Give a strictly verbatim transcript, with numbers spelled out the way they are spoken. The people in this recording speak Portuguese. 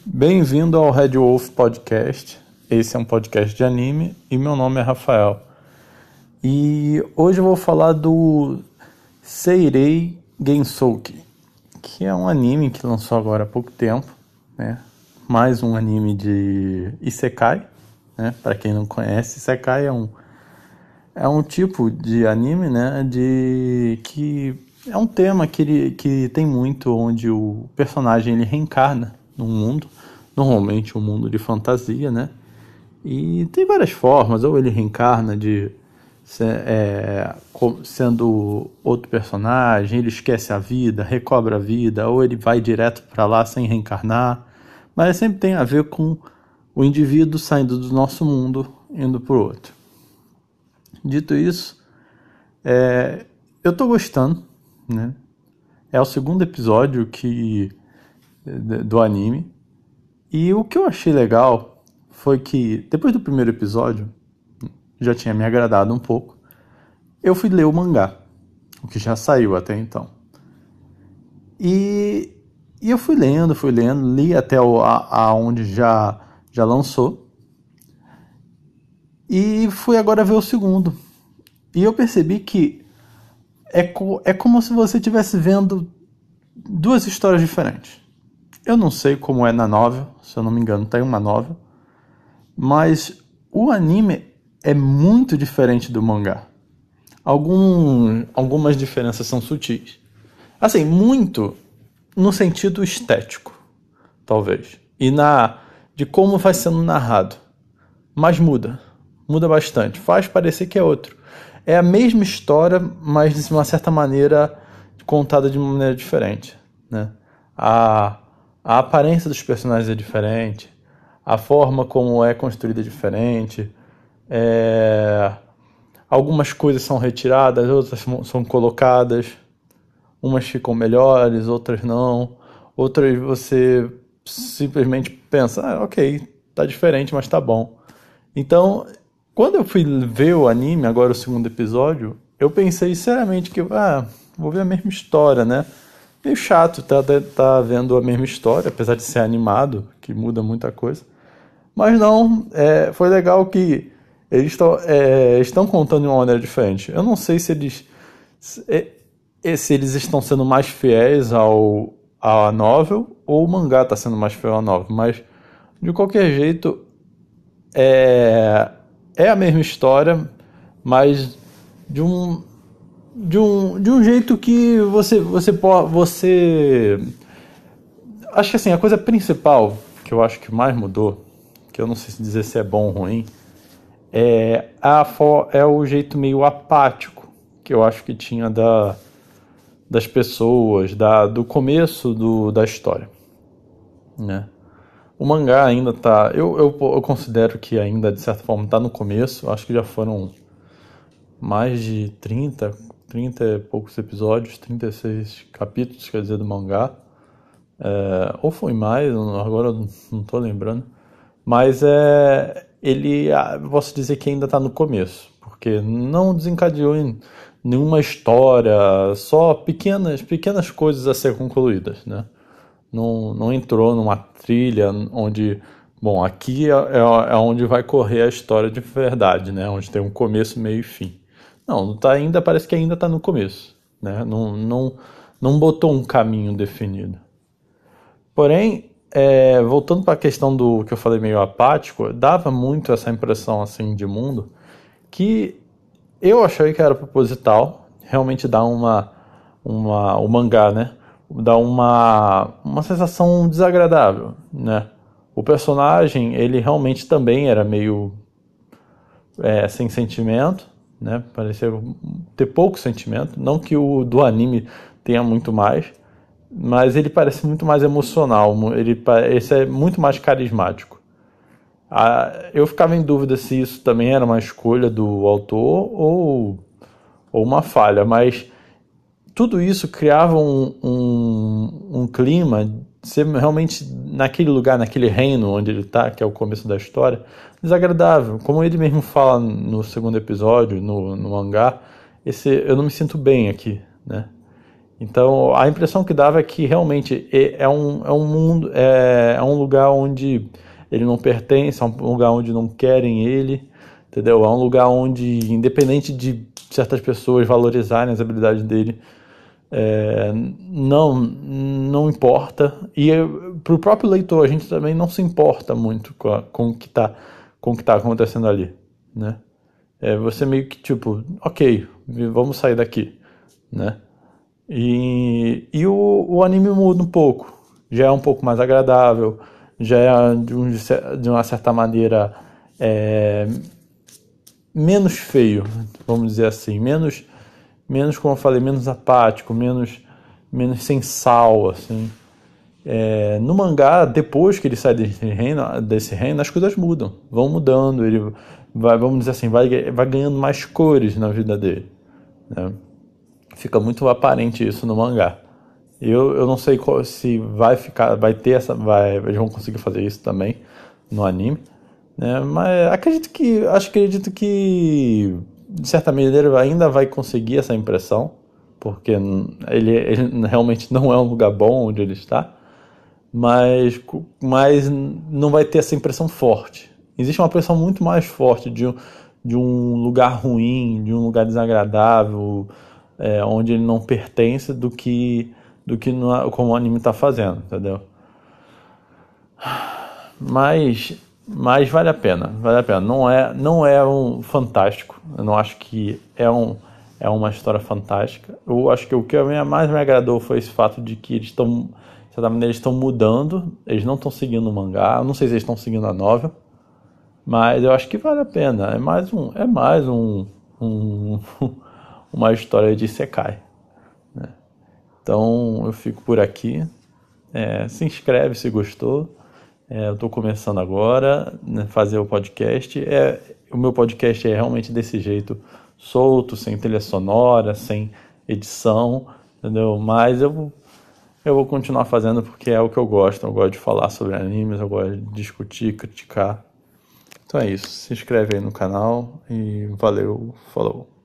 Bem-vindo ao Red Wolf Podcast. Esse é um podcast de anime e meu nome é Rafael. E hoje eu vou falar do Seirei Gensouki, que é um anime que lançou agora há pouco tempo, né? Mais um anime de Isekai, né? Para quem não conhece, Isekai é um é um tipo de anime, né? De que é um tema que ele, que tem muito onde o personagem ele reencarna num mundo, normalmente um mundo de fantasia, né? E tem várias formas, ou ele reencarna de é, sendo outro personagem, ele esquece a vida, recobra a vida, ou ele vai direto para lá sem reencarnar, mas sempre tem a ver com o indivíduo saindo do nosso mundo, indo para o outro. Dito isso, é, eu tô gostando, né? É o segundo episódio que, do anime, e o que eu achei legal foi que, depois do primeiro episódio, já tinha me agradado um pouco, eu fui ler o mangá, o que já saiu até então. E, e eu fui lendo, fui lendo, li até o, a, a onde já, já lançou, e fui agora ver o segundo. E eu percebi que é, co, é como se você estivesse vendo duas histórias diferentes. Eu não sei como é na novel, se eu não me engano tem uma novel, mas o anime é muito diferente do mangá. Algum, algumas diferenças são sutis. Assim, muito no sentido estético, talvez. E na de como vai sendo narrado. Mas muda. Muda bastante. Faz parecer que é outro. É a mesma história, mas de uma certa maneira contada de uma maneira diferente, né? A, a aparência dos personagens é diferente. A forma como é construída é diferente. É... Algumas coisas são retiradas, outras são colocadas. Umas ficam melhores, outras não. Outras você simplesmente pensa, ah, ok, tá diferente, mas tá bom. Então, quando eu fui ver o anime, agora o segundo episódio, eu pensei seriamente que, ah, vou ver a mesma história, né? Meio chato tá, tá vendo a mesma história, apesar de ser animado, que muda muita coisa. Mas não, é, foi legal que eles tão, é, estão contando de uma maneira diferente. Eu não sei se eles se, se eles estão sendo mais fiéis ao à novel ou o mangá está sendo mais fiel à novel, mas de qualquer jeito é, é a mesma história, mas de um de um, de um jeito que você você pode você acho que assim a coisa principal que eu acho que mais mudou, que eu não sei se dizer se é bom ou ruim, é, a, é o jeito meio apático que eu acho que tinha da, das pessoas, da, do começo do, da história, né? O mangá ainda tá... Eu, eu, eu considero que ainda, de certa forma, tá no começo. Acho que já foram mais de trinta, trinta e poucos episódios, trinta e seis capítulos, quer dizer, do mangá. É, ou foi mais, agora eu não tô lembrando. Mas é, ele, posso dizer que ainda está no começo, porque não desencadeou em nenhuma história, só pequenas, pequenas coisas a ser concluídas, né? Não, não entrou numa trilha onde, bom, aqui é, é onde vai correr a história de verdade, né? Onde tem um começo, meio e fim. Não, não tá ainda, parece que ainda está no começo, né? Não, não, não botou um caminho definido. Porém, é, voltando para a questão do que eu falei meio apático, dava muito essa impressão assim de mundo que eu achei que era proposital, realmente dá uma, uma o mangá, né? Dá uma, uma sensação desagradável, né? O personagem, ele realmente também era meio é, sem sentimento, né? Parecia ter pouco sentimento, não que o do anime tenha muito mais, mas ele parece muito mais emocional, ele esse é muito mais carismático. Ah, eu ficava em dúvida se isso também era uma escolha do autor ou, ou uma falha, mas tudo isso criava um, um, um clima de ser realmente naquele lugar, naquele reino onde ele está, que é o começo da história, desagradável. Como ele mesmo fala no segundo episódio, no, no mangá, esse, eu não me sinto bem aqui, né? Então a impressão que dava é que realmente é um, é um mundo, é, é um lugar onde ele não pertence, é um lugar onde não querem ele, entendeu? É um lugar onde, independente de certas pessoas valorizarem as habilidades dele, é, não, não importa. E para o próprio leitor, a gente também não se importa muito com, a, com o que está com o que tá acontecendo ali, né? É, você meio que tipo, ok, vamos sair daqui, né? E, e o, o anime muda um pouco, já é um pouco mais agradável, já é de, um, de uma certa maneira é, menos feio, vamos dizer assim, menos, menos como eu falei, menos apático, menos, menos sem sal, assim. É, no mangá, depois que ele sai desse reino, desse reino, as coisas mudam, vão mudando, ele vai, vamos dizer assim, vai, vai ganhando mais cores na vida dele, né? Fica muito aparente isso no mangá. Eu, eu não sei qual, se vai ficar, vai ter essa, vai, eles vão conseguir fazer isso também no anime, né? Mas acredito que, acho acredito que de certa maneira ainda vai conseguir essa impressão, porque ele, ele realmente não é um lugar bom onde ele está, mas, mas não vai ter essa impressão forte. Existe uma impressão muito mais forte de um, de um lugar ruim, de um lugar desagradável, é, onde ele não pertence, do que, do que no, como o anime está fazendo, entendeu? Mas, mas vale a pena, vale a pena. Não é, não é um fantástico. Eu não acho que é, um, é uma história fantástica. Eu acho que o que mais me agradou foi esse fato de que eles estão, de certa maneira, eles estão mudando. Eles não estão seguindo o mangá. Eu não sei se eles estão seguindo a novel, mas eu acho que vale a pena. É mais um, é mais um, um uma história de Isekai, né? Então eu fico por aqui. É, se inscreve se gostou. É, eu estou começando agora, né, fazer o podcast. É, o meu podcast é realmente desse jeito, solto, sem trilha sonora, sem edição, entendeu? Mas eu, eu vou continuar fazendo porque é o que eu gosto. Eu gosto de falar sobre animes, eu gosto de discutir, criticar. Então é isso. Se inscreve aí no canal e valeu, falou.